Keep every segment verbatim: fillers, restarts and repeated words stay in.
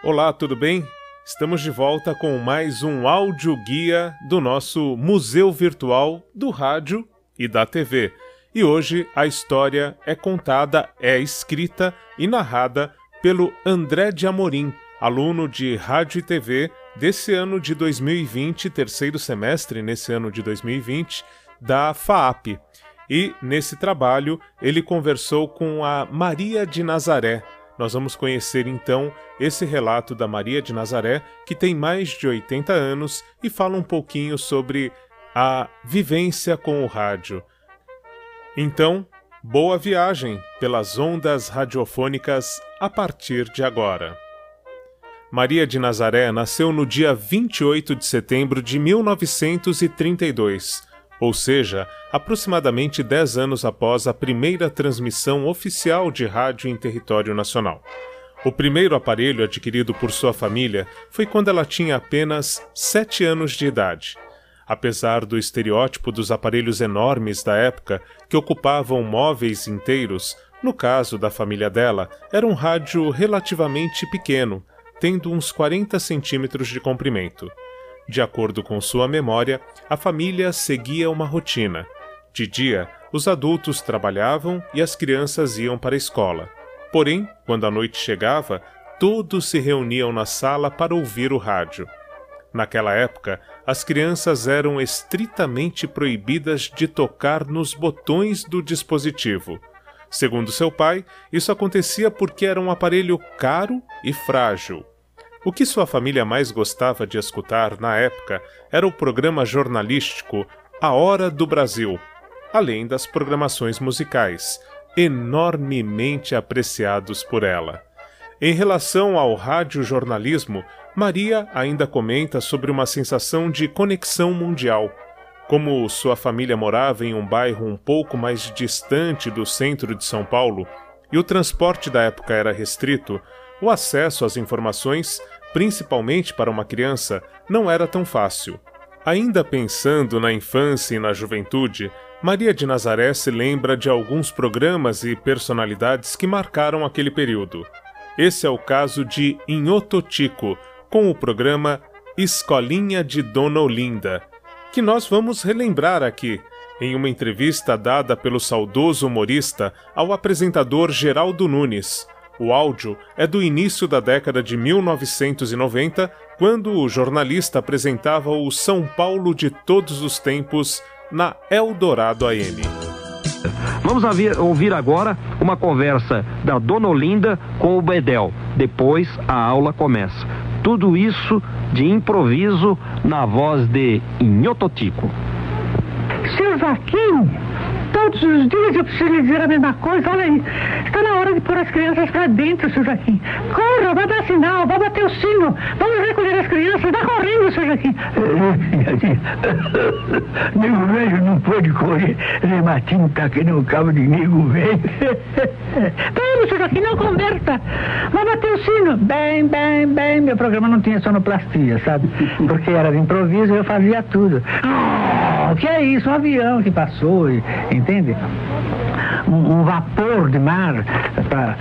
Olá, tudo bem? Estamos de volta com mais um áudio-guia do nosso Museu Virtual do Rádio e da T V. E hoje a história é contada, é escrita e narrada pelo André de Amorim, aluno de Rádio e T V desse ano de dois mil e vinte, terceiro semestre nesse ano de dois mil e vinte, da FAAP. E nesse trabalho ele conversou com a Maria de Nazaré. Nós vamos conhecer então esse relato da Maria de Nazaré, que tem mais de oitenta anos e fala um pouquinho sobre a vivência com o rádio. Então, boa viagem pelas ondas radiofônicas a partir de agora. Maria de Nazaré nasceu no dia vinte e oito de setembro de mil novecentos e trinta e dois, ou seja, aproximadamente dez anos após a primeira transmissão oficial de rádio em território nacional. O primeiro aparelho adquirido por sua família foi quando ela tinha apenas sete anos de idade. Apesar do estereótipo dos aparelhos enormes da época, que ocupavam móveis inteiros, no caso da família dela, era um rádio relativamente pequeno, tendo uns quarenta centímetros de comprimento. De acordo com sua memória, a família seguia uma rotina. De dia, os adultos trabalhavam e as crianças iam para a escola. Porém, quando a noite chegava, todos se reuniam na sala para ouvir o rádio. Naquela época, as crianças eram estritamente proibidas de tocar nos botões do dispositivo. Segundo seu pai, isso acontecia porque era um aparelho caro e frágil. O que sua família mais gostava de escutar na época era o programa jornalístico A Hora do Brasil, além das programações musicais, enormemente apreciados por ela. Em relação ao radiojornalismo, Maria ainda comenta sobre uma sensação de conexão mundial. Como sua família morava em um bairro um pouco mais distante do centro de São Paulo e o transporte da época era restrito, o acesso às informações, principalmente para uma criança, não era tão fácil. Ainda pensando na infância e na juventude, Maria de Nazaré se lembra de alguns programas e personalidades que marcaram aquele período. Esse é o caso de Inhototico, com o programa Escolinha de Dona Olinda, que nós vamos relembrar aqui, em uma entrevista dada pelo saudoso humorista ao apresentador Geraldo Nunes. O áudio é do início da década de mil novecentos e noventa, quando o jornalista apresentava o São Paulo de todos os tempos na Eldorado A M. Vamos ouvir, ouvir agora uma conversa da Dona Olinda com o Bedel. Depois a aula começa. Tudo isso de improviso na voz de Inhototico. Seu Joaquim, todos os dias eu preciso lhe dizer a mesma coisa. Olha aí, está na hora de pôr as crianças para dentro, seu Joaquim. Corra, vai dar sinal, vai bater o sino. Vamos recolher as crianças, vai correndo, seu Joaquim. Nego velho não pode correr. Rematinho tá que nem um cabo de nego velho. Vamos, seu Joaquim, não conversa. Vai bater o sino. Bem, bem, bem. Meu programa não tinha sonoplastia, sabe? Porque era de improviso e eu fazia tudo. Oh, o que é isso? Um avião que passou, entende? Um, um vapor de mar pra...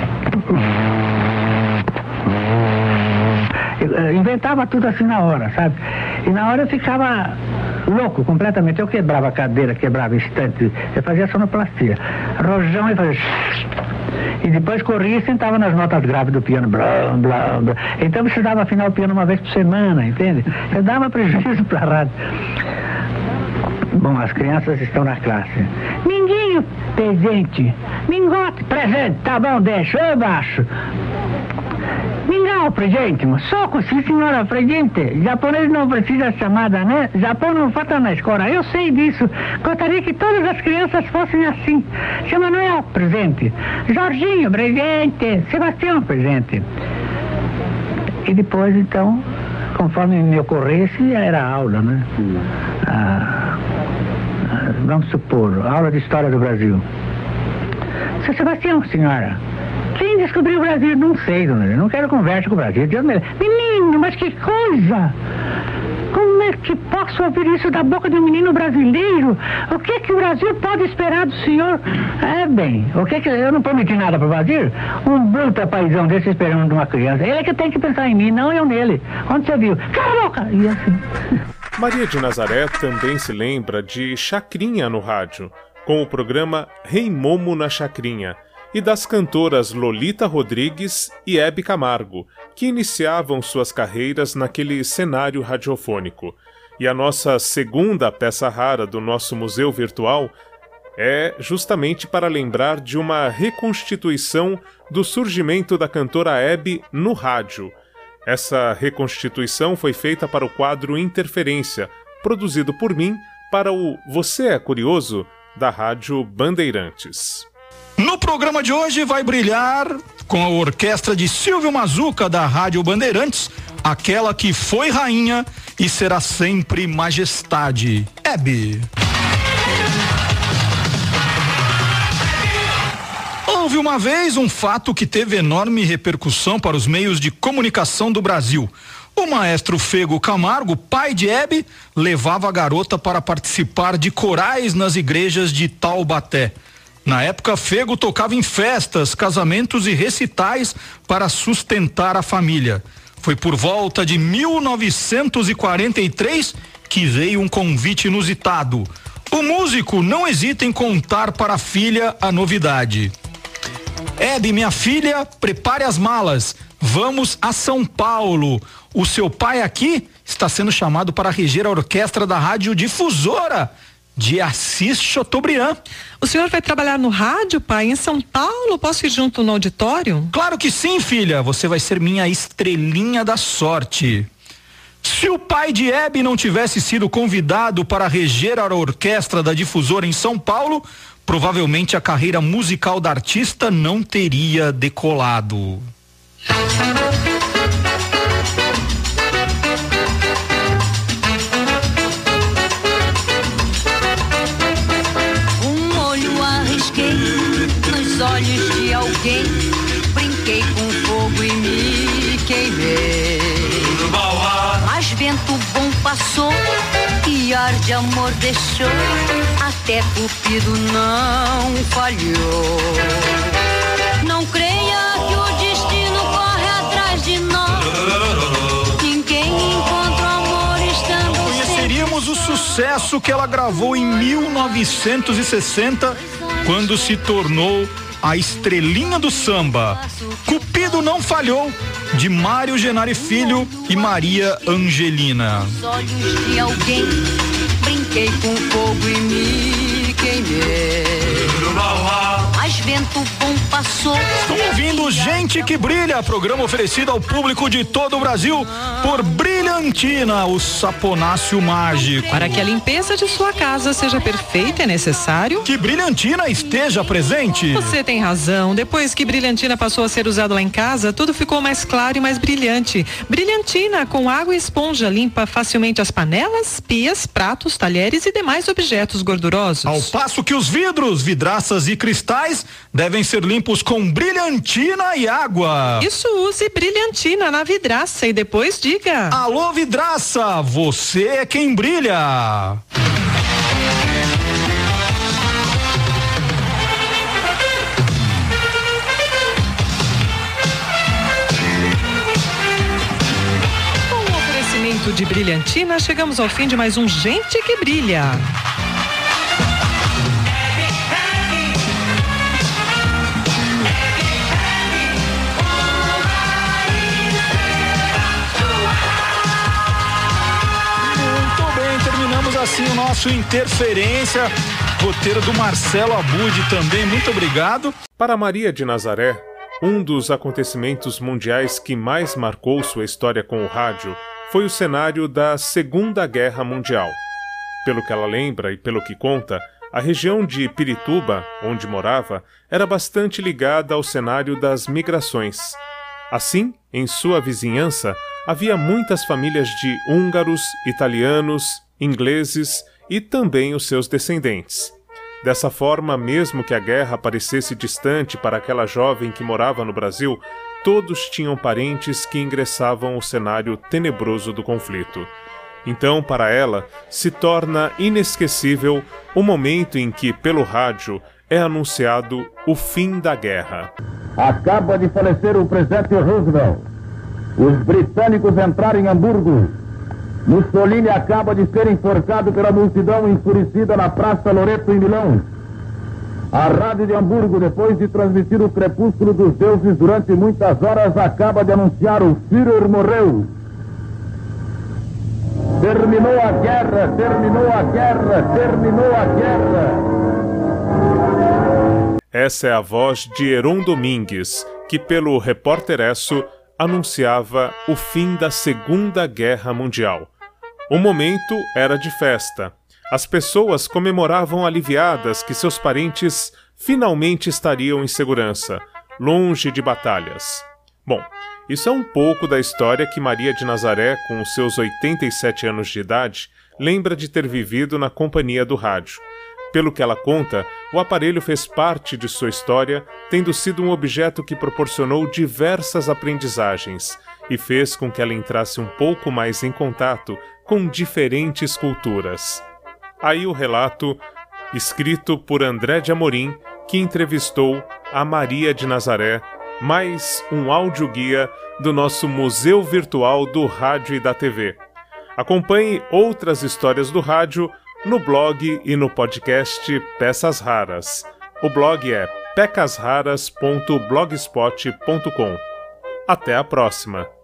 Eu inventava tudo assim na hora, sabe? E na hora eu ficava louco completamente. Eu quebrava a cadeira, quebrava estante, eu fazia sonoplastia. Rojão e fazia... E depois corria e sentava nas notas graves do piano. Blá, blá, blá. Então eu precisava afinar o piano uma vez por semana, entende? Eu dava prejuízo pra rádio. Bom, as crianças estão na classe. Minguinho, presente. Mingote, Presente, tá bom, deixa, eu baixo. Mingau, Presente, soco, sim senhora, presente. Japonês não precisa chamada, né? Japão não falta na escola. Eu sei disso. Gostaria que todas as crianças fossem assim. Seu Manuel, presente. Jorginho, presente. Sebastião, presente. E depois, então, conforme me ocorresse, era aula, né? Ah, vamos supor, aula de História do Brasil. Seu Sebastião, senhora. Quem descobriu o Brasil? Não sei, dona. Eu não quero conversa com o Brasil. Deus me... Menino, mas que coisa! Como é que posso ouvir isso da boca de um menino brasileiro? O que é que o Brasil pode esperar do senhor? É, bem, o que é que eu não prometi nada para o Brasil? Um bruto paizão desse esperando de uma criança. Ele é que tem que pensar em mim, não eu nele. Onde você viu? Cala a boca! E assim... Maria de Nazaré também se lembra de Chacrinha no rádio, com o programa Rei Momo na Chacrinha, e das cantoras Lolita Rodrigues e Hebe Camargo, que iniciavam suas carreiras naquele cenário radiofônico. E a nossa segunda peça rara do nosso museu virtual é justamente para lembrar de uma reconstituição do surgimento da cantora Hebe no rádio. Essa reconstituição foi feita para o quadro Interferência, produzido por mim para o Você é Curioso, da Rádio Bandeirantes. No programa de hoje vai brilhar, com a orquestra de Silvio Mazuca, da Rádio Bandeirantes, aquela que foi rainha e será sempre majestade, Hebe. Houve uma vez um fato que teve enorme repercussão para os meios de comunicação do Brasil. O maestro Fego Camargo, pai de Hebe, levava a garota para participar de corais nas igrejas de Taubaté. Na época, Fego tocava em festas, casamentos e recitais para sustentar a família. Foi por volta de mil novecentos e quarenta e três que veio um convite inusitado. O músico não hesita em contar para a filha a novidade. Hebe, minha filha, prepare as malas. Vamos a São Paulo. O seu pai aqui está sendo chamado para reger a orquestra da Rádio Difusora de Assis Chateaubriand. O senhor vai trabalhar no rádio, pai, em São Paulo? Posso ir junto no auditório? Claro que sim, filha. Você vai ser minha estrelinha da sorte. Se o pai de Hebe não tivesse sido convidado para reger a orquestra da Difusora em São Paulo, provavelmente a carreira musical da artista não teria decolado. Um olho arrisquei nos olhos de alguém, brinquei com fogo e me queimei. Mas vento bom passou e ar de amor deixou, até Cupido não falhou. Não creia que o destino corre atrás de nós, ninguém encontra o amor estando sem. Conheceríamos o sucesso que ela gravou em mil novecentos e sessenta, quando se tornou a estrelinha do samba. Cupido não falhou, de Mário Genari Filho e Maria Angelina. Os olhos de alguém, brinquei com fogo e me queimei. Mas vento bom passou. Estão ouvindo Gente que Brilha, programa oferecido ao público de todo o Brasil por Brilhantina, o saponáceo mágico. Para que a limpeza de sua casa seja perfeita, é necessário que Brilhantina esteja presente. Você tem razão. Depois que Brilhantina passou a ser usado lá em casa, tudo ficou mais claro e mais brilhante. Brilhantina com água e esponja limpa facilmente as panelas, pias, pratos, talheres e demais objetos gordurosos. Ao passo que os vidros, vidraças e cristais devem ser limpos com Brilhantina e água. Isso, use Brilhantina na vidraça e depois diga: alô, vidraça, você é quem brilha. Com o oferecimento de Brilhantina, chegamos ao fim de mais um Gente que Brilha. Assim o nosso Interferência, roteiro do Marcelo Abud também, muito obrigado. Para Maria de Nazaré, um dos acontecimentos mundiais que mais marcou sua história com o rádio foi o cenário da Segunda Guerra Mundial. Pelo que ela lembra e pelo que conta, a região de Pirituba, onde morava, era bastante ligada ao cenário das migrações. Assim, em sua vizinhança, havia muitas famílias de húngaros, italianos, ingleses e também os seus descendentes. Dessa forma, mesmo que a guerra parecesse distante para aquela jovem que morava no Brasil, todos tinham parentes que ingressavam ao cenário tenebroso do conflito. Então, para ela, se torna inesquecível o momento em que, pelo rádio, é anunciado o fim da guerra. Acaba de falecer o presidente Roosevelt. Os britânicos entraram em Hamburgo. Mussolini acaba de ser enforcado pela multidão enfurecida na Praça Loreto, em Milão. A rádio de Hamburgo, depois de transmitir o crepúsculo dos deuses durante muitas horas, acaba de anunciar: o Führer morreu. Terminou a guerra, terminou a guerra, terminou a guerra. Essa é a voz de Heron Domingues, que pelo Repórter Esso anunciava o fim da Segunda Guerra Mundial. O momento era de festa. As pessoas comemoravam aliviadas que seus parentes finalmente estariam em segurança, longe de batalhas. Bom, isso é um pouco da história que Maria de Nazaré, com os seus oitenta e sete anos de idade, lembra de ter vivido na companhia do rádio. Pelo que ela conta, o aparelho fez parte de sua história, tendo sido um objeto que proporcionou diversas aprendizagens e fez com que ela entrasse um pouco mais em contato com diferentes culturas. Aí o relato, escrito por André de Amorim, que entrevistou a Maria de Nazaré, mais um audioguia do nosso Museu Virtual do Rádio e da T V. Acompanhe outras histórias do rádio no blog e no podcast Peças Raras. O blog é pecas raras ponto blogspot ponto com. Até a próxima!